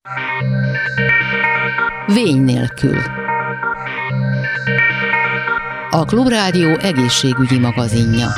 Vény nélkül. A Klubrádió egészségügyi magazinja.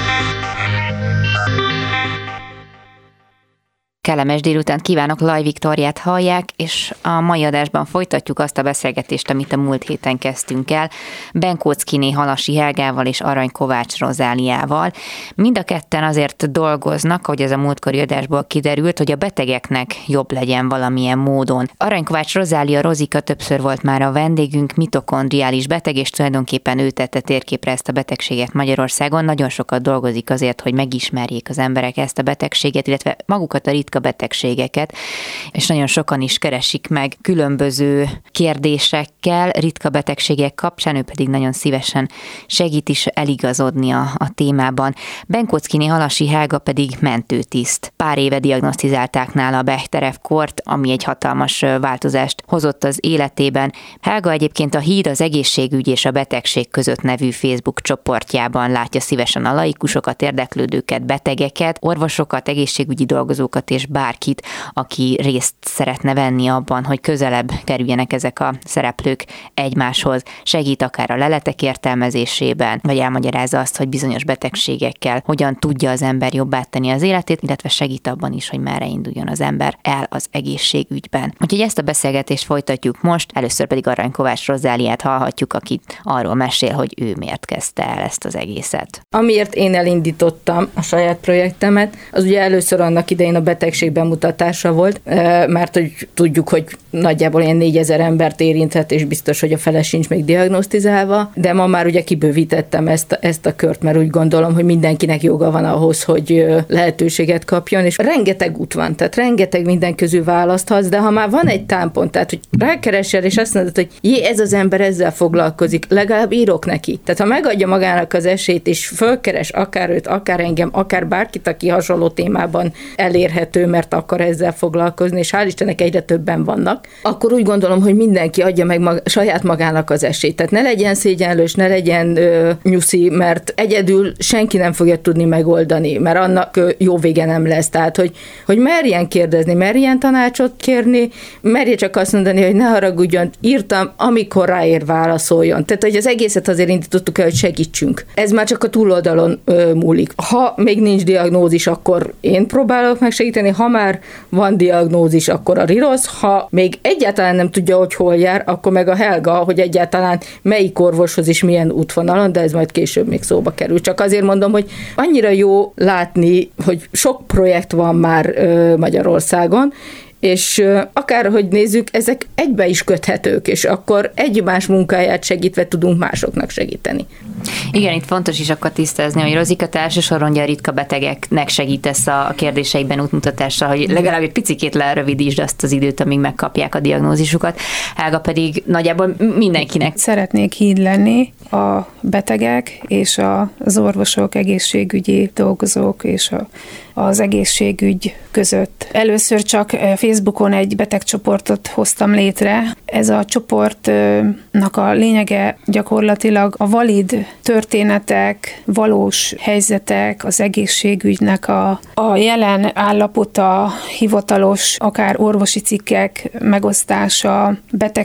Kellemes délutánt kívánok, Laj Viktóriát hallják, és a mai adásban folytatjuk azt a beszélgetést, amit a múlt héten kezdtünk el, Benkóczkiné Halasi Helgával és Arany Kovács Rozáliával. Mind a ketten azért dolgoznak, ahogy ez a múltkori adásból kiderült, hogy a betegeknek jobb legyen valamilyen módon. Arany Kovács Rozália, Rozika többször volt már a vendégünk, mitokondriális beteg, és tulajdonképpen ő tette térképre ezt a betegséget Magyarországon. Nagyon sokat dolgozik azért, hogy megismerjék az emberek ezt a betegséget, illetve magukat a ritka betegségeket, és nagyon sokan is keresik meg különböző kérdésekkel ritka betegségek kapcsán, ő pedig nagyon szívesen segít is eligazodni a témában. Benkóczkiné Halasi Helga pedig mentőtiszt. Pár éve diagnosztizálták nála a Bechterew-kort, ami egy hatalmas változást hozott az életében. Helga egyébként a Híd az egészségügy és a betegség között nevű Facebook csoportjában látja szívesen a laikusokat, érdeklődőket, betegeket, orvosokat, egészségügyi dolgozókat és bárkit, aki részt szeretne venni abban, hogy közelebb kerüljenek ezek a szereplők egymáshoz. Segít akár a leletek értelmezésében, vagy elmagyarázza azt, hogy bizonyos betegségekkel hogyan tudja az ember jobbá tenni az életét, illetve segít abban is, hogy merre induljon az ember el az egészségügyben. Úgyhogy ezt a beszélgetést folytatjuk most, először pedig Arany Kovács Rozáliát hallhatjuk, aki arról mesél, hogy ő miért kezdte el ezt az egészet. Amiért én elindítottam a saját projektemet, az ugye először annak idején a betegség bemutatása volt, mert hogy tudjuk, hogy nagyjából ilyen 4000 embert érinthet, és biztos, hogy a fele sincs még diagnosztizálva, de ma már ugye kibővítettem ezt a kört, mert úgy gondolom, hogy mindenkinek joga van ahhoz, hogy lehetőséget kapjon, és rengeteg út van, tehát rengeteg minden közül választhatsz, de ha már van egy támpont, tehát hogy rákeresel, és azt mondod, hogy ez az ember ezzel foglalkozik, legalább írok neki. Tehát ha megadja magának az esélyt, és fölkeres akár őt, akár engem, akár bárkit, aki hasonló témában elérhető, mert akar ezzel foglalkozni, és hál' Istennek egyre többen vannak, akkor úgy gondolom, hogy mindenki adja meg saját magának az esélyt. Tehát ne legyen szégyenlős, ne legyen nyuszi, mert egyedül senki nem fogja tudni megoldani, mert annak jó vége nem lesz. Tehát, hogy merjen kérdezni, merjen tanácsot kérni, merje csak azt mondani, hogy ne haragudjon, írtam, amikor ráér, válaszoljon. Tehát, hogy az egészet azért indítottuk el, hogy segítsünk. Ez már csak a túloldalon múlik. Ha még nincs diagnózis, akkor én próbálok megsegíteni, ha már van diagnózis, akkor a Rirosz, ha még egyáltalán nem tudja, hogy hol jár, akkor meg a Helga, hogy egyáltalán melyik orvoshoz is milyen útvonalon, de ez majd később még szóba kerül. Csak azért mondom, hogy annyira jó látni, hogy sok projekt van már Magyarországon, és akárhogy nézzük, ezek egybe is köthetők, és akkor egymás munkáját segítve tudunk másoknak segíteni. Igen, itt fontos is akkor tisztázni, hogy Rozika, te elsősorban ugye a ritka betegeknek segítesz a kérdéseikben útmutatással, hogy legalább egy picikét lerövidítsd azt az időt, amíg megkapják a diagnózisukat. Helga pedig nagyjából mindenkinek. Szeretnék híd lenni a betegek és az orvosok, egészségügyi dolgozók és az egészségügy között. Először csak Facebookon egy betegcsoportot hoztam létre. Ez a csoportnak a lényege gyakorlatilag a valid történetek, valós helyzetek, az egészségügynek a jelen állapota, hivatalos, akár orvosi cikkek megosztása,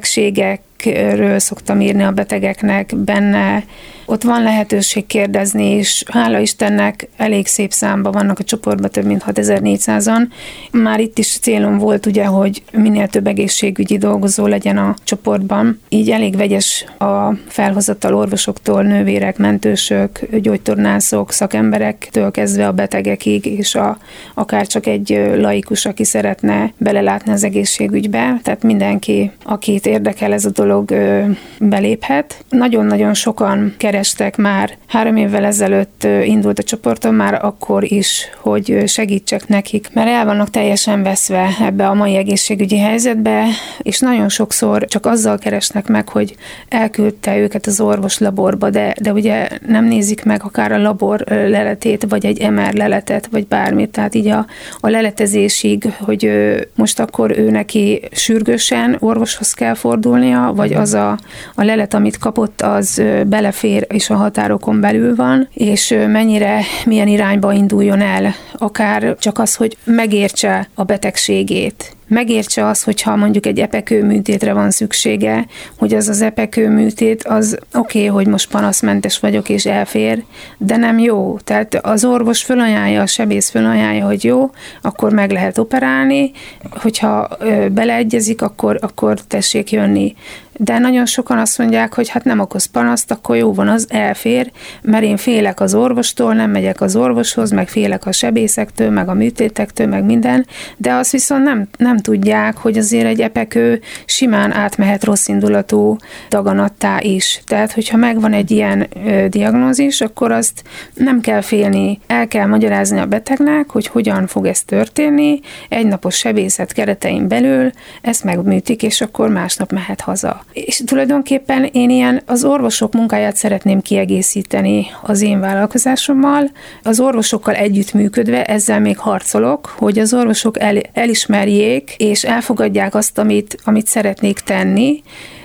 betegségekről szoktam írni a betegeknek benne. Ott van lehetőség kérdezni, és hála Istennek elég szép számban vannak a csoportban, több mint 6400-an. Már itt is célom volt ugye, hogy minél több egészségügyi dolgozó legyen a csoportban. Így elég vegyes a felhozatal orvosoktól, nővérek, mentősök, gyógytornászok, szakemberektől kezdve a betegekig, és akár csak egy laikus, aki szeretne belelátni az egészségügybe. Tehát mindenki, akit érdekel ez a dolog, beléphet. Nagyon-nagyon sokan kerestek már. 3 évvel ezelőtt indult a csoportom, már akkor is, hogy segítsek nekik, mert el vannak teljesen veszve ebbe a mai egészségügyi helyzetbe, és nagyon sokszor csak azzal keresnek meg, hogy elküldte őket az orvos laborba, de ugye nem nézik meg akár a labor leletét, vagy egy MR leletet, vagy bármit, tehát így a leletezésig, hogy most akkor ő neki sürgősen orvoshoz kell fordulnia, vagy az a lelet, amit kapott, az belefér és a határokon belül van, és milyen irányba induljon el, akár csak az, hogy megértse a betegségét. megértse azt, hogyha mondjuk egy epekő műtétre van szüksége, hogy az epekő műtét az oké, hogy most panaszmentes vagyok és elfér, de nem jó. Tehát az orvos fölajánlja, a sebész fölajánlja, hogy jó, akkor meg lehet operálni, hogyha beleegyezik, akkor tessék jönni. De nagyon sokan azt mondják, hogy hát nem okoz panaszt, akkor jó van, az elfér, mert én félek az orvostól, nem megyek az orvoshoz, meg félek a sebészektől, meg a műtétektől, meg minden, de azt viszont nem tudják, hogy azért egy epekő simán átmehet rosszindulatú daganattá is. Tehát, hogyha megvan egy ilyen diagnózis, akkor azt nem kell félni, el kell magyarázni a betegnek, hogy hogyan fog ez történni, egynapos sebészet keretein belül ezt megműtik, és akkor másnap mehet haza. És tulajdonképpen én ilyen az orvosok munkáját szeretném kiegészíteni az én vállalkozásommal. Az orvosokkal együttműködve ezzel még harcolok, hogy az orvosok elismerjék és elfogadják azt, amit szeretnék tenni.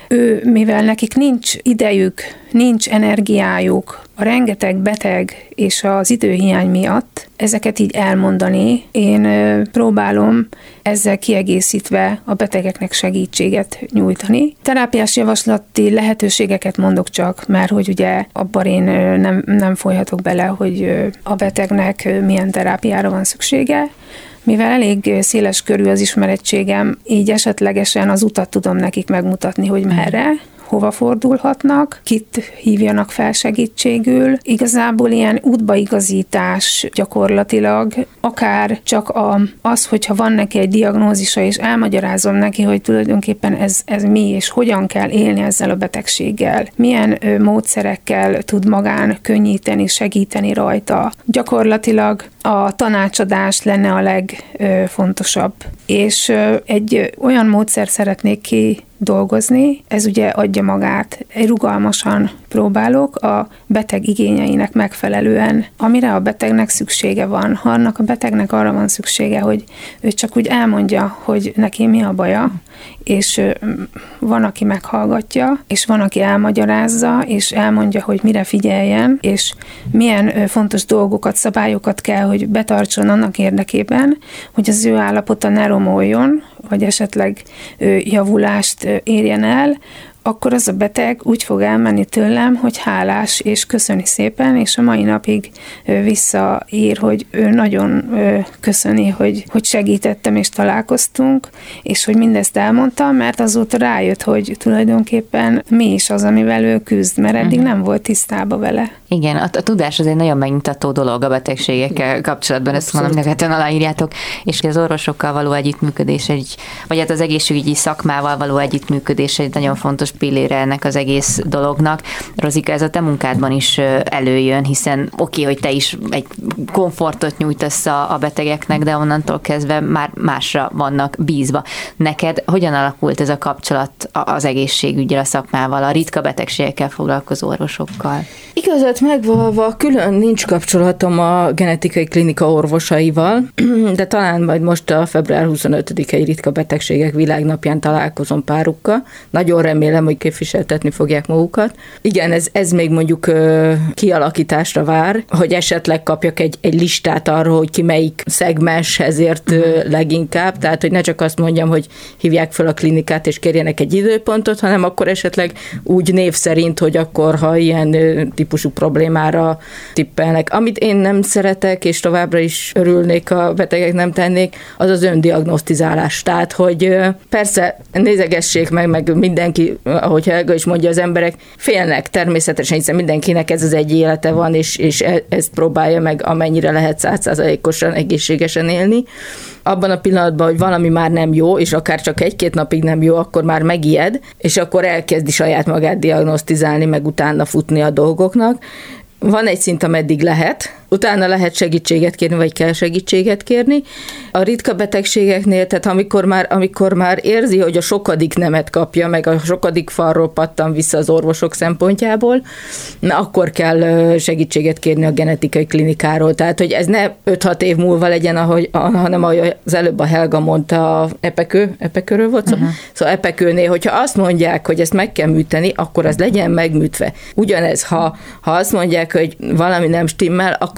Mivel nekik nincs idejük, nincs energiájuk, a rengeteg beteg és az időhiány miatt ezeket így elmondani, én próbálom ezzel kiegészítve a betegeknek segítséget nyújtani. Terápiás javaslati lehetőségeket mondok csak, mert hogy ugye abban én nem folyhatok bele, hogy a betegnek milyen terápiára van szüksége. Mivel elég széles körű az ismerettségem, így esetlegesen az utat tudom nekik megmutatni, hogy merre, hova fordulhatnak, kit hívjanak fel segítségül. Igazából ilyen útbaigazítás gyakorlatilag, akár csak az, hogyha van neki egy diagnózisa, és elmagyarázom neki, hogy tulajdonképpen ez mi, és hogyan kell élni ezzel a betegséggel, milyen módszerekkel tud magán könnyíteni, segíteni rajta. Gyakorlatilag a tanácsadás lenne a legfontosabb. És egy olyan módszer szeretnék dolgozni, ez ugye adja magát. Rugalmasan próbálok a beteg igényeinek megfelelően, amire a betegnek szüksége van. Ha annak a betegnek arra van szüksége, hogy ő csak úgy elmondja, hogy neki mi a baja, és van, aki meghallgatja, és van, aki elmagyarázza, és elmondja, hogy mire figyeljen, és milyen fontos dolgokat, szabályokat kell, hogy betartson annak érdekében, hogy az ő állapota ne romoljon, vagy esetleg javulást érjen el, akkor az a beteg úgy fog elmenni tőlem, hogy hálás, és köszöni szépen, és a mai napig visszaír, hogy ő nagyon köszöni, hogy segítettem, és találkoztunk, és hogy mindezt elmondtam, mert azóta rájött, hogy tulajdonképpen mi is az, amivel ő küzd, mert eddig nem volt tisztában vele. Igen, a tudás az egy nagyon megnyugtató dolog a betegségekkel kapcsolatban, ezt mondom, neketen aláírjátok, és az orvosokkal való együttműködés, vagy hát az egészségügyi szakmával való együttműködés egy nagyon fontos pillére ennek az egész dolognak. Rozika, ez a te munkádban is előjön, hiszen oké, hogy te is egy komfortot nyújtasz a betegeknek, de onnantól kezdve már másra vannak bízva. Neked hogyan alakult ez a kapcsolat az egészségügyel, a szakmával, a ritka betegségekkel foglalkozó orvosokkal? Igazat megvalva külön nincs kapcsolatom a genetikai klinika orvosaival, de talán majd most a február 25-i ritka betegségek világnapján találkozom párukkal. Nagyon remélem, hogy képviseltetni fogják magukat. Igen, ez még mondjuk kialakításra vár, hogy esetleg kapjak egy listát arról, hogy ki melyik szegmenshez ért leginkább, tehát hogy ne csak azt mondjam, hogy hívják fel a klinikát és kérjenek egy időpontot, hanem akkor esetleg úgy név szerint, hogy akkor, ha ilyen típusú problémára tippelnek. Amit én nem szeretek, és továbbra is örülnék, a betegek nem tennék, az az öndiagnosztizálás. Tehát, hogy persze nézegessék meg mindenki, ahogy Helga is mondja, az emberek félnek természetesen, hiszen mindenkinek ez az egy élete van, és ezt próbálja meg amennyire lehet 100%-osan egészségesen élni. Abban a pillanatban, hogy valami már nem jó, és akár csak 1-2 napig nem jó, akkor már megijed, és akkor elkezdi saját magát diagnosztizálni, meg utána futni a dolgoknak. Van egy szint, ameddig lehet, utána lehet segítséget kérni, vagy kell segítséget kérni. A ritka betegségeknél, tehát amikor már érzi, hogy a sokadik nemet kapja, meg a sokadik falról pattan vissza az orvosok szempontjából, na akkor kell segítséget kérni a genetikai klinikáról. Tehát, hogy ez ne 5-6 év múlva legyen, hanem ahogy az előbb a Helga mondta, epekőről volt szó? Szóval epekőnél, hogyha azt mondják, hogy ezt meg kell műteni, akkor az legyen megműtve. Ugyanez, ha azt mondják, hogy valami nem stimmel, akkor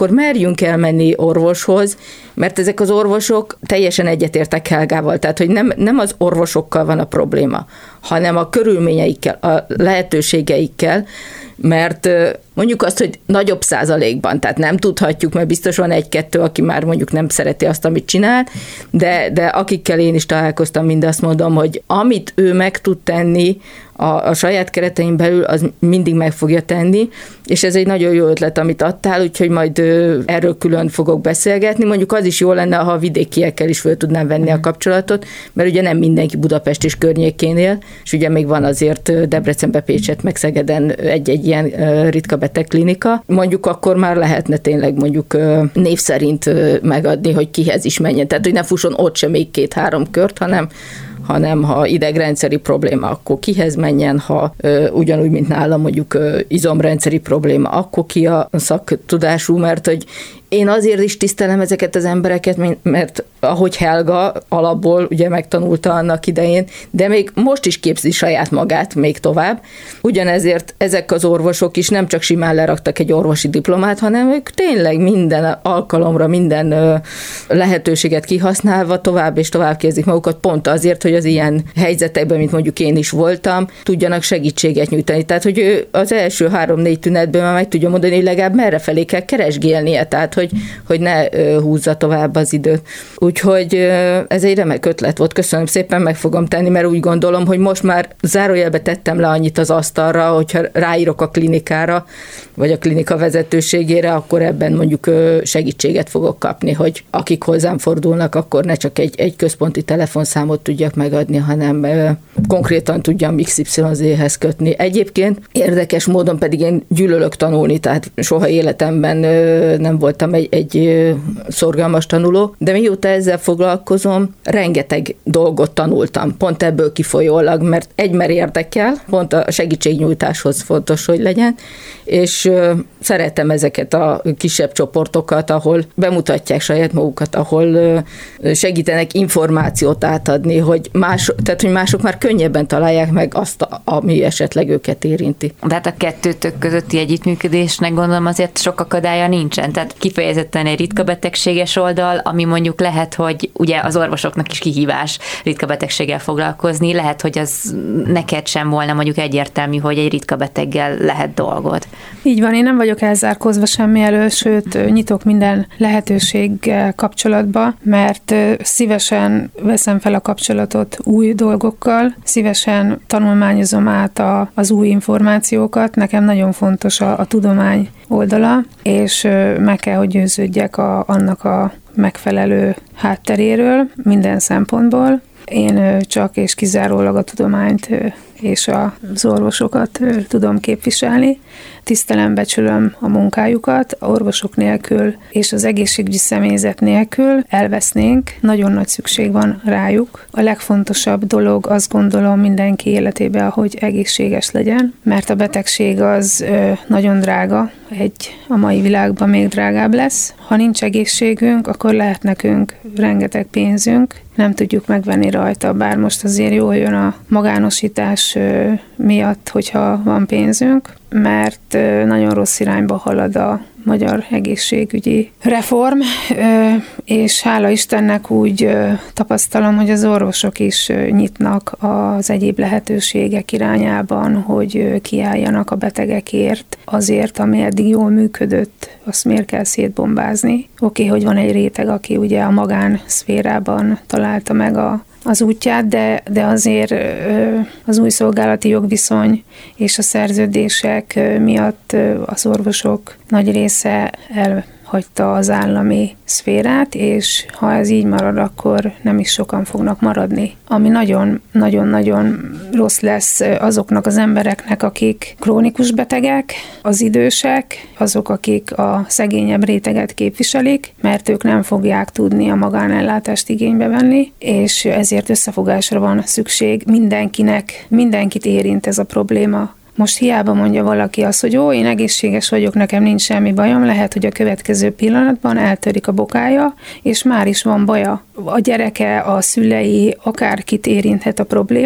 akkor merjünk elmenni orvoshoz, mert ezek az orvosok, teljesen egyetértek Helgával, tehát hogy nem az orvosokkal van a probléma, hanem a körülményeikkel, a lehetőségeikkel, mert mondjuk azt, hogy nagyobb százalékban, tehát nem tudhatjuk, mert biztos van egy-kettő, aki már mondjuk nem szereti azt, amit csinál, de akikkel én is találkoztam, mind azt mondom, hogy amit ő meg tud tenni a saját keretein belül, az mindig meg fogja tenni, és ez egy nagyon jó ötlet, amit adtál, úgyhogy majd erről külön fogok beszélgetni. Mondjuk az is jó lenne, ha a vidékiekkel is föl tudnám venni a kapcsolatot, mert ugye nem mindenki Budapest és környékén él, és ugye még van azért Debrecenbe, Pécset, meg Szegeden egy ilyen ritka betegklinika. Mondjuk akkor már lehetne tényleg mondjuk név szerint megadni, hogy kihez is menjen. Tehát, hogy ne fusson ott sem még 2-3 kört, hanem ha idegrendszeri probléma, akkor kihez menjen, ha ugyanúgy, mint nálam mondjuk izomrendszeri probléma, akkor ki a szaktudású, mert hogy én azért is tisztelem ezeket az embereket, mert ahogy Helga alapból ugye megtanulta annak idején, de még most is képzi saját magát még tovább. Ugyanezért ezek az orvosok is nem csak simán leraktak egy orvosi diplomát, hanem ők tényleg minden alkalomra, minden lehetőséget kihasználva tovább és tovább képzik magukat, pont azért, hogy az ilyen helyzetekben, mint mondjuk én is voltam, tudjanak segítséget nyújtani. Tehát, hogy ő az első 3-4 tünetben már meg tudja mondani, hogy legalább merrefelé kell keresgélnie, tehát, hogy ne húzza tovább az időt. Úgyhogy ez egy remek ötlet volt. Köszönöm szépen, meg fogom tenni, mert úgy gondolom, hogy most már zárójelbe tettem le annyit az asztalra, hogyha ráírok a klinikára, vagy a klinika vezetőségére, akkor ebben mondjuk segítséget fogok kapni, hogy akik hozzám fordulnak, akkor ne csak egy központi telefonszámot tudjak megadni, hanem konkrétan tudjam XYZ-hez kötni. Egyébként érdekes módon pedig én gyűlölök tanulni, tehát soha életemben nem voltam egy szorgalmas tanuló, de mióta ezzel foglalkozom, rengeteg dolgot tanultam, pont ebből kifolyólag, mert mert érdekel, pont a segítségnyújtáshoz fontos, hogy legyen, és szeretem ezeket a kisebb csoportokat, ahol bemutatják saját magukat, ahol segítenek információt átadni, hogy mások már könnyebben találják meg azt, ami esetleg őket érinti. Tehát a kettőtök közötti együttműködésnek gondolom azért sok akadálya nincsen. Tehát kifejezetten egy ritka betegséges oldal, ami mondjuk lehet, hogy ugye az orvosoknak is kihívás ritka betegséggel foglalkozni, lehet, hogy az neked sem volna mondjuk egyértelmű, hogy egy ritka beteggel lehet dolgod. Így van, én nem vagyok elzárkózva semmi elől, sőt, nyitok minden lehetőséggel kapcsolatba, mert szívesen veszem fel a kapcsolatot új dolgokkal, szívesen tanulmányozom át az új információkat, nekem nagyon fontos a tudomány oldala, és meg kell, hogy győződjek annak a megfelelő hátteréről minden szempontból. Én csak és kizárólag a tudományt és az orvosokat tudom képviselni. Tisztelem, becsülöm a munkájukat, orvosok nélkül és az egészségügyi személyzet nélkül elvesznénk, nagyon nagy szükség van rájuk. A legfontosabb dolog, azt gondolom, mindenki életében, hogy egészséges legyen, mert a betegség az nagyon drága, a mai világban még drágább lesz. Ha nincs egészségünk, akkor lehet nekünk rengeteg pénzünk, nem tudjuk megvenni rajta, bár most azért jól jön a magánosítás miatt, hogyha van pénzünk, mert nagyon rossz irányba halad a magyar egészségügyi reform, és hála Istennek úgy tapasztalom, hogy az orvosok is nyitnak az egyéb lehetőségek irányában, hogy kiálljanak a betegekért, azért, ami eddig jól működött, azt miért kell szétbombázni. Oké, hogy van egy réteg, aki ugye a magánszférában találta meg az útját, de azért az új szolgálati jogviszony és a szerződések miatt az orvosok nagy része elhagyta az állami szférát, és ha ez így marad, akkor nem is sokan fognak maradni. Ami nagyon-nagyon rossz lesz azoknak az embereknek, akik krónikus betegek, az idősek, azok, akik a szegényebb réteget képviselik, mert ők nem fogják tudni a magánellátást igénybe venni, és ezért összefogásra van szükség mindenkit érint ez a probléma. Most hiába mondja valaki azt, hogy én egészséges vagyok, nekem nincs semmi bajom, lehet, hogy a következő pillanatban eltörik a bokája, és már is van baja. A gyereke, a szülei, akárkit érinthet a probléma,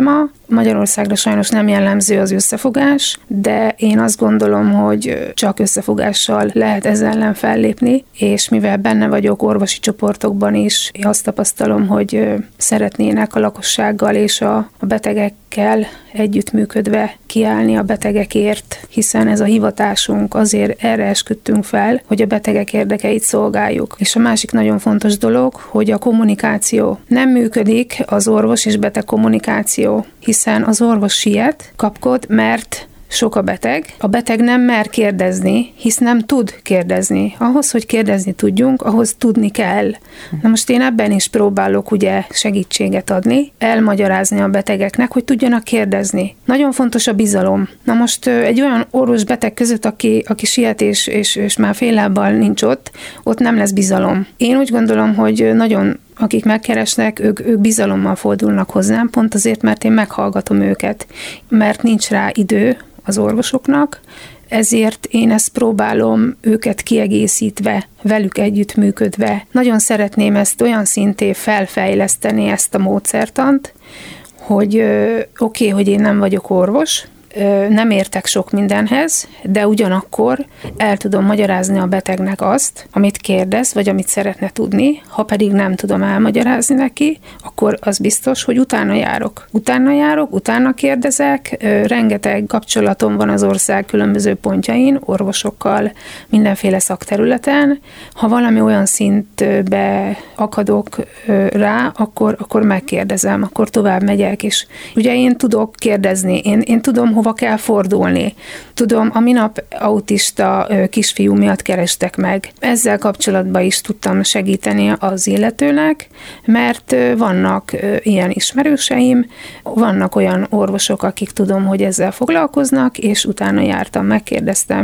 Magyarországra sajnos nem jellemző az összefogás, de én azt gondolom, hogy csak összefogással lehet ezzel ellen fellépni, és mivel benne vagyok orvosi csoportokban is, én azt tapasztalom, hogy szeretnének a lakossággal és a betegekkel együttműködve kiállni a betegekért, hiszen ez a hivatásunk, azért erre esküdtünk fel, hogy a betegek érdekeit szolgáljuk. És a másik nagyon fontos dolog, hogy a kommunikáció nem működik, az orvos és beteg kommunikáció, hiszen az orvos siet, kapkod, mert sok a beteg. A beteg nem mer kérdezni, hisz nem tud kérdezni. Ahhoz, hogy kérdezni tudjunk, ahhoz tudni kell. Na most én ebben is próbálok ugye segítséget adni, elmagyarázni a betegeknek, hogy tudjanak kérdezni. Nagyon fontos a bizalom. Na most egy olyan orvos-beteg között, aki siet és már fél lábbal nincs ott nem lesz bizalom. Én úgy gondolom, hogy nagyon akik megkeresnek, ők bizalommal fordulnak hozzám, pont azért, mert én meghallgatom őket, mert nincs rá idő az orvosoknak, ezért én ezt próbálom őket kiegészítve, velük együttműködve. Nagyon szeretném ezt olyan szinté felfejleszteni ezt a módszertant, hogy oké, hogy én nem vagyok orvos, nem értek sok mindenhez, de ugyanakkor el tudom magyarázni a betegnek azt, amit kérdez, vagy amit szeretne tudni. Ha pedig nem tudom elmagyarázni neki, akkor az biztos, hogy utána járok. Utána kérdezek, rengeteg kapcsolatom van az ország különböző pontjain, orvosokkal, mindenféle szakterületen. Ha valami olyan szintbe akadok rá, akkor megkérdezem, akkor tovább megyek, és ugye én tudok kérdezni, én tudom, hova kell fordulni. Tudom, a minap autista kisfiú miatt kerestek meg. Ezzel kapcsolatban is tudtam segíteni az illetőnek, mert vannak ilyen ismerőseim, vannak olyan orvosok, akik tudom, hogy ezzel foglalkoznak, és utána jártam, megkérdeztem,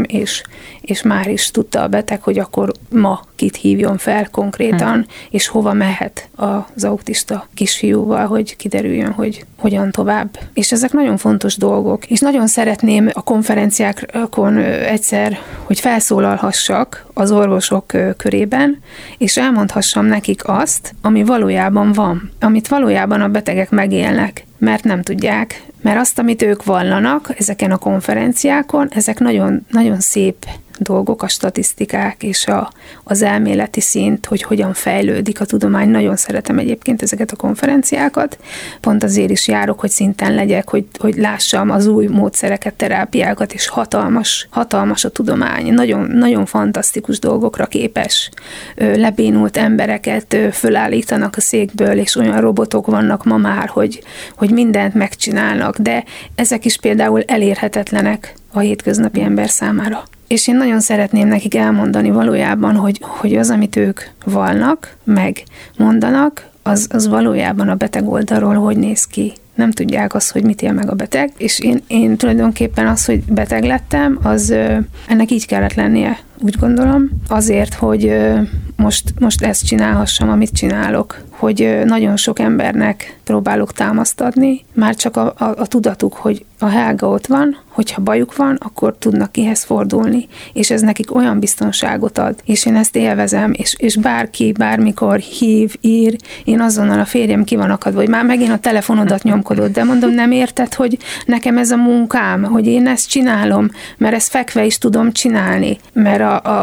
és már is tudta a beteg, hogy akkor ma kit hívjon fel konkrétan, és hova mehet az autista kisfiúval, hogy kiderüljön, hogy hogyan tovább. És ezek nagyon fontos dolgok. És nagyon szeretném a konferenciákon egyszer, hogy felszólalhassak az orvosok körében, és elmondhassam nekik azt, ami valójában van, amit valójában a betegek megélnek, mert nem tudják, mert azt, amit ők vallanak ezeken a konferenciákon, ezek nagyon, nagyon szép dolgok, a statisztikák és az elméleti szint, hogy hogyan fejlődik a tudomány. Nagyon szeretem egyébként ezeket a konferenciákat. Pont azért is járok, hogy szinten legyek, hogy lássam az új módszereket, terápiákat, és hatalmas a tudomány. Nagyon, nagyon fantasztikus dolgokra képes. Lebénult embereket fölállítanak a székből, és olyan robotok vannak ma már, hogy mindent megcsinálnak, de ezek is például elérhetetlenek a hétköznapi ember számára. És én nagyon szeretném nekik elmondani valójában, hogy az, amit ők vallnak, meg mondanak, az valójában a beteg oldalról hogy néz ki. Nem tudják azt, hogy mit él meg a beteg, és én tulajdonképpen az, hogy beteg lettem, ennek így kellett lennie, úgy gondolom, azért, hogy most ezt csinálhassam, amit csinálok, hogy nagyon sok embernek próbálok támaszt adni, már csak a tudatuk, hogy a Helga ott van, hogyha bajuk van, akkor tudnak kihez fordulni, és ez nekik olyan biztonságot ad, és én ezt élvezem, és bárki, bármikor hív, ír, én azonnal a férjem ki van akadva, hogy már megint a telefonodat nyomkodod, de mondom, nem érted, hogy nekem ez a munkám, hogy én ezt csinálom, mert ezt fekve is tudom csinálni, mert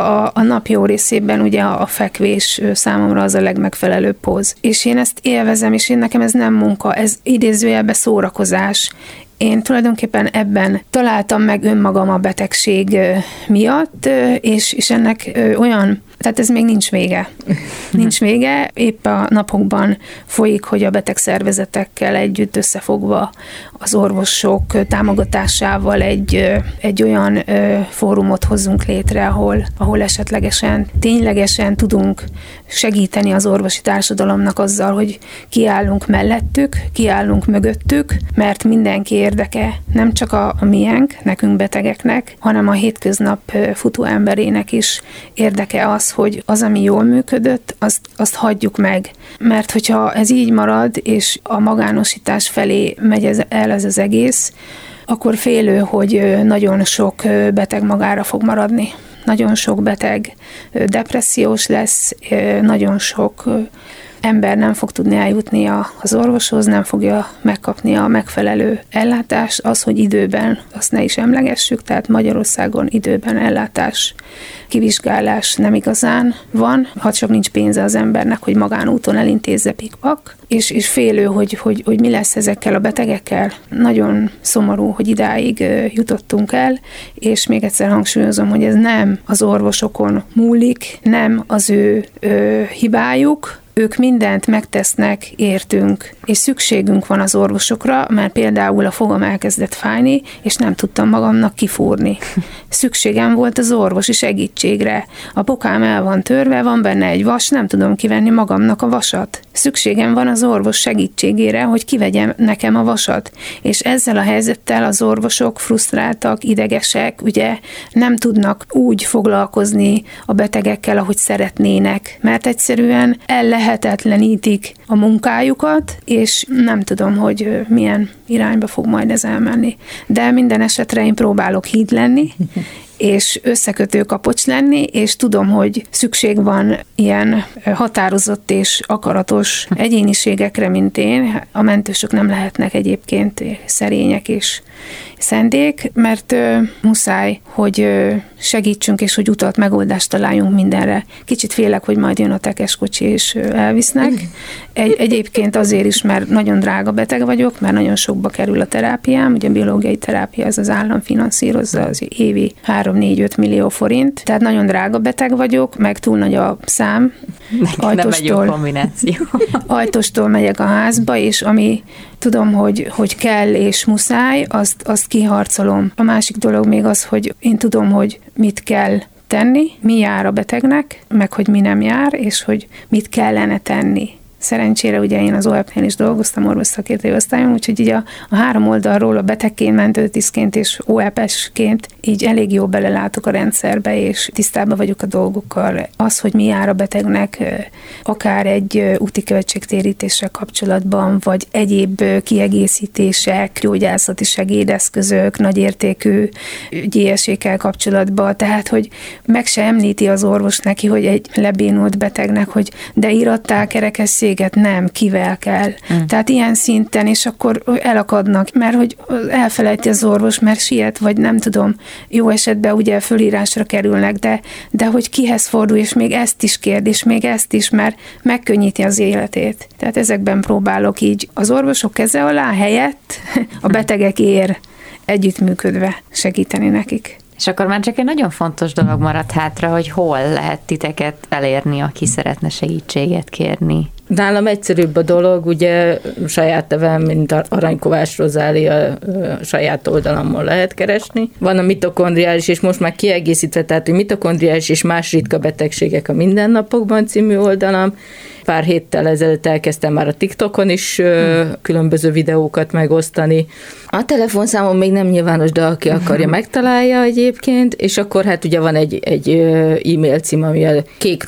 a nap jó részében ugye a fekvés számomra az a legmegfelelőbb póz. És én ezt élvezem, és nekem ez nem munka, ez idézőjelben szórakozás. Én tulajdonképpen ebben találtam meg önmagam a betegség miatt, és ennek olyan, tehát ez még nincs vége. Nincs vége, épp a napokban folyik, hogy a betegszervezetekkel együtt összefogva az orvosok támogatásával egy olyan fórumot hozzunk létre, ahol esetlegesen ténylegesen tudunk segíteni az orvosi társadalomnak azzal, hogy kiállunk mellettük, kiállunk mögöttük, mert mindenki érdeke, nem csak a miénk, nekünk betegeknek, hanem a hétköznap futó emberének is érdeke az, hogy az, ami jól működött, azt hagyjuk meg. Mert hogyha ez így marad, és a magánosítás felé megy el ez az egész, akkor félő, hogy nagyon sok beteg magára fog maradni. Nagyon sok beteg depressziós lesz, nagyon sok ember nem fog tudni eljutni az orvoshoz, nem fogja megkapni a megfelelő ellátást, az, hogy időben, azt ne is emlegessük, tehát Magyarországon időben ellátás, kivizsgálás nem igazán van, ha csak nincs pénze az embernek, hogy magánúton elintézze pikpak, és félő, hogy mi lesz ezekkel a betegekkel. Nagyon szomorú, hogy idáig jutottunk el, és még egyszer hangsúlyozom, hogy ez nem az orvosokon múlik, nem az ő hibájuk, ők mindent megtesznek, értünk, és szükségünk van az orvosokra, mert például a fogam elkezdett fájni, és nem tudtam magamnak kifúrni. Szükségem volt az orvosi segítségre. A pokám el van törve, van benne egy vas, nem tudom kivenni magamnak a vasat. Szükségem van az orvos segítségére, hogy kivegyem nekem a vasat. És ezzel a helyzettel az orvosok frusztráltak, idegesek, ugye nem tudnak úgy foglalkozni a betegekkel, ahogy szeretnének, mert egyszerűen ellehetetlenítik a munkájukat, és nem tudom, hogy milyen irányba fog majd ez elmenni. De minden esetre én próbálok híd lenni, és összekötő kapocs lenni, és tudom, hogy szükség van ilyen határozott és akaratos egyéniségekre, mint én. A mentősök nem lehetnek egyébként szerények és szendék, mert muszáj, hogy segítsünk, és hogy utat, megoldást találjunk mindenre. Kicsit félek, hogy majd jön a tekerskocsi, és elvisznek. Egyébként azért is, mert nagyon drága beteg vagyok, mert nagyon sokba kerül a terápiám. Ugye a biológiai terápia az állam finanszírozza, az évi 3-4-5 millió forint. Tehát nagyon drága beteg vagyok, meg túl nagy a szám. Nem egy jó kombináció. Ajtóstól megyek a házba, és ami tudom, hogy kell és muszáj, azt kiharcolom. A másik dolog még az, hogy én tudom, hogy mit kell tenni, mi jár a betegnek, meg hogy mi nem jár, és hogy mit kellene tenni. Szerencsére ugye én az OEP-nél is dolgoztam, orvosszakértői osztályon, úgyhogy így a három oldalról, a betegként, mentőtisztként és OEP-esként így elég jó belelátok a rendszerbe, és tisztában vagyok a dolgokkal. Az, hogy mi jár a betegnek, akár egy úti költségtérítéssel kapcsolatban, vagy egyéb kiegészítések, gyógyászati segédeszközök, nagyértékű GSE-kkel kapcsolatban, tehát, hogy meg se említi az orvos neki, hogy egy lebénult betegnek, hogy de írattál kerekesszéket, nem, kivel kell. Tehát ilyen szinten, és akkor elakadnak, mert hogy elfelejti az orvos, mert siet, vagy nem tudom, jó esetben ugye fölírásra kerülnek, de hogy kihez fordul, és még ezt is kérd, és még ezt is, mert megkönnyíti az életét. Tehát ezekben próbálok így az orvosok keze alá helyett a betegekért együttműködve segíteni nekik. És akkor már csak egy nagyon fontos dolog maradt hátra, hogy hol lehet titeket elérni, aki szeretne segítséget kérni. Nálam egyszerűbb a dolog, ugye saját nevem, mint Arany Kovács Rozália, saját oldalamon lehet keresni. Van a mitokondriális, és most már kiegészítve, tehát a mitokondriális és más ritka betegségek a mindennapokban című oldalam. Pár héttel ezelőtt elkezdtem már a TikTokon is különböző videókat megosztani. A telefonszámom még nem nyilvános, de aki akarja, megtalálja egyébként, és akkor hát ugye van egy e-mail cím, ami a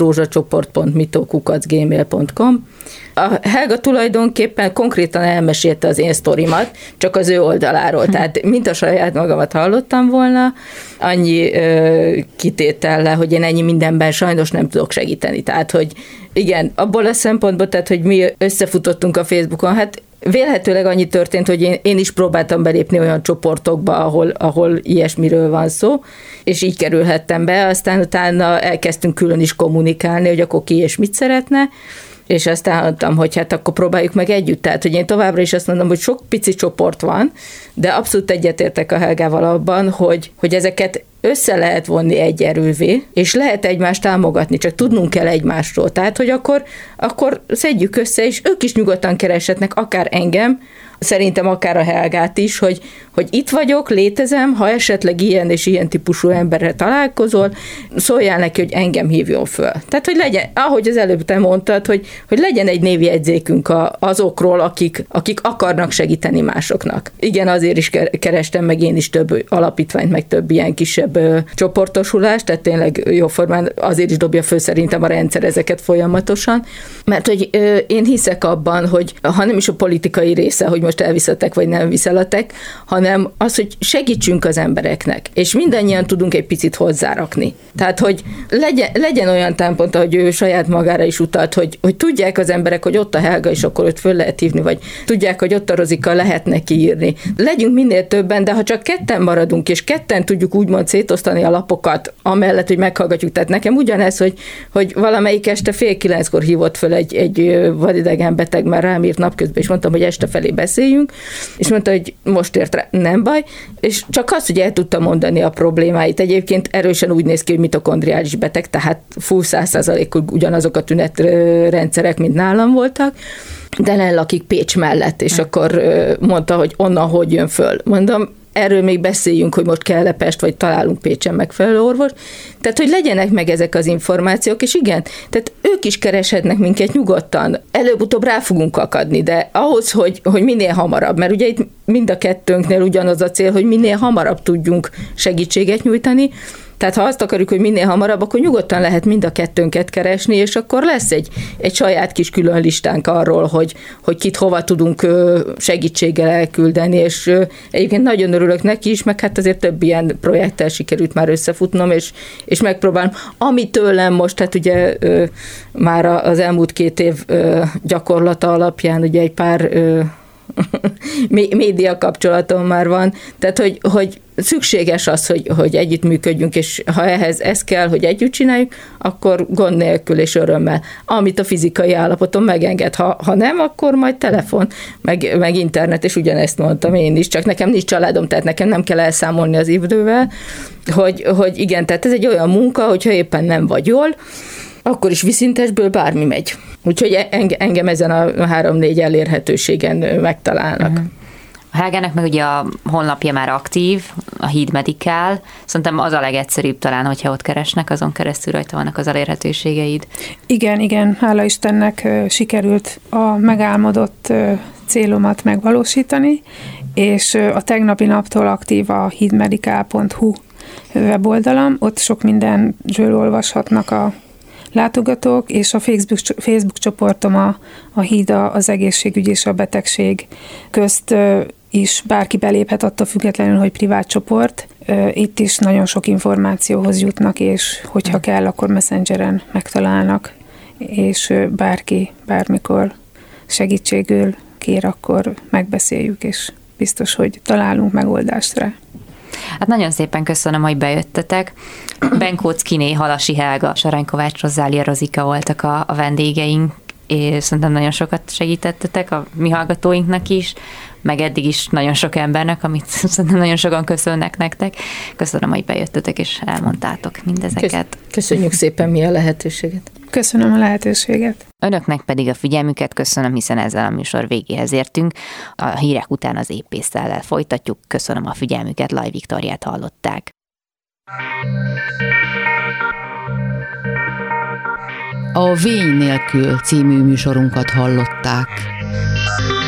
kékrózsacsoport.mitokukacgmail.com. A Helga tulajdonképpen konkrétan elmesélte az én sztorimat, csak az ő oldaláról, tehát mint a saját magamat hallottam volna, annyi kitétellel, hogy én ennyi mindenben sajnos nem tudok segíteni. Tehát, hogy igen, abból a szempontból, tehát, hogy mi összefutottunk a Facebookon, hát vélhetőleg annyi történt, hogy én is próbáltam belépni olyan csoportokba, ahol ilyesmiről van szó, és így kerülhettem be, aztán utána elkezdtünk külön is kommunikálni, hogy akkor ki és mit szeretne, és aztán mondtam, hogy hát akkor próbáljuk meg együtt. Tehát, hogy én továbbra is azt mondom, hogy sok pici csoport van, de abszolút egyetértek a Helgával abban, hogy ezeket össze lehet vonni egy erővé, és lehet egymást támogatni, csak tudnunk kell egymásról. Tehát, hogy akkor szedjük össze, és ők is nyugodtan kereshetnek, akár engem, szerintem akár a Helgát is, hogy itt vagyok, létezem, ha esetleg ilyen és ilyen típusú emberre találkozol, szóljál neki, hogy engem hívjon föl. Tehát, hogy legyen, ahogy az előbb te mondtad, hogy legyen egy névjegyzékünk azokról, akik akarnak segíteni másoknak. Igen, azért is kerestem meg én is több alapítványt, meg több ilyen kisebb csoportosulást, tehát tényleg jóformán azért is dobja föl szerintem a rendszer ezeket folyamatosan, mert hogy én hiszek abban, hogy ha nem is a politikai része, hogy most most elviszetek, vagy nem viszeletek, hanem az, hogy segítsünk az embereknek, és mindannyian tudunk egy picit hozzárakni. Tehát, hogy legyen olyan támpont, ahogy ő saját magára is utalt, hogy tudják az emberek, hogy ott a Helga, és akkor őt föl lehet hívni, vagy tudják, hogy ott a Rozika, lehet neki írni. Legyünk minél többen, de ha csak ketten maradunk, és ketten tudjuk úgymond szétosztani a lapokat, amellett, hogy meghallgatjuk. Tehát nekem ugyanez, hogy valamelyik este 8:30 hívott föl egy vadidegen beteg, már rám írt napközben, és mondtam, hogy este felé beszéljünk, és mondta, hogy most ért rá, nem baj, és csak az, hogy el tudta mondani a problémáit. Egyébként erősen úgy néz ki, hogy mitokondriális beteg, tehát full 100%-ig ugyanazok a tünetrendszerek, mint nálam voltak, de lakik Pécs mellett, és akkor mondta, hogy onnan hogy jön föl. Mondom, erről még beszéljünk, hogy most kell Pest, vagy találunk Pécsen megfelelő orvos. Tehát, hogy legyenek meg ezek az információk, és igen, tehát ők is kereshetnek minket nyugodtan. Előbb-utóbb rá fogunk akadni, de ahhoz, hogy minél hamarabb, mert ugye itt mind a kettőnknél ugyanaz a cél, hogy minél hamarabb tudjunk segítséget nyújtani. Tehát ha azt akarjuk, hogy minél hamarabb, akkor nyugodtan lehet mind a kettőnket keresni, és akkor lesz egy saját kis külön listánk arról, hogy kit hova tudunk segítséggel elküldeni, és egyébként nagyon örülök neki is, meg hát azért több ilyen projekttel sikerült már összefutnom, és megpróbálom. Ami tőlem most, hát ugye már az elmúlt 2 év gyakorlata alapján ugye egy pár média kapcsolatom már van, tehát hogy szükséges az, hogy együttműködjünk, és ha ehhez ez kell, hogy együtt csináljuk, akkor gond nélkül és örömmel. Amit a fizikai állapotom megenged. Ha nem, akkor majd telefon, meg internet, és ugyanezt mondtam én is, csak nekem nincs családom, tehát nekem nem kell elszámolni az idővel, hogy igen, tehát ez egy olyan munka, hogyha éppen nem vagy jól, akkor is viszintesből bármi megy. Úgyhogy engem ezen a 3-4 elérhetőségen megtalálnak. Uh-huh. A Helgának meg ugye a honlapja már aktív, a Híd Medikál. Szerintem az a legegyszerűbb talán, hogyha ott keresnek, azon keresztül rajta vannak az elérhetőségeid. Igen, hála Istennek sikerült a megálmodott célomat megvalósítani, és a tegnapi naptól aktív a hídmedikál.hu weboldalam, ott sok mindenről olvashatnak a látogatók, és a Facebook csoportom a Híd az egészségügy és a betegség közt is bárki beléphet, attól függetlenül, hogy privát csoport. Itt is nagyon sok információhoz jutnak, és hogyha kell, akkor Messengeren megtalálnak, és bárki bármikor segítségül kér, akkor megbeszéljük, és biztos, hogy találunk megoldást rá. Hát nagyon szépen köszönöm, hogy bejöttetek. Benkóczkiné, Halasi Helga, Arany Kovács Rozália, Rozika voltak a vendégeink, és szerintem nagyon sokat segítettetek a mi hallgatóinknak is, meg eddig is nagyon sok embernek, amit szerintem nagyon sokan köszönnek nektek. Köszönöm, hogy bejöttetek, és elmondtátok mindezeket. Köszönjük szépen mi a lehetőséget. Köszönöm a lehetőséget. Önöknek pedig a figyelmüket köszönöm, hiszen ezzel a műsor végéhez értünk. A hírek után az épésszel folytatjuk. Köszönöm a figyelmüket, Laj Viktóriát hallották. A Vény nélkül című műsorunkat hallották.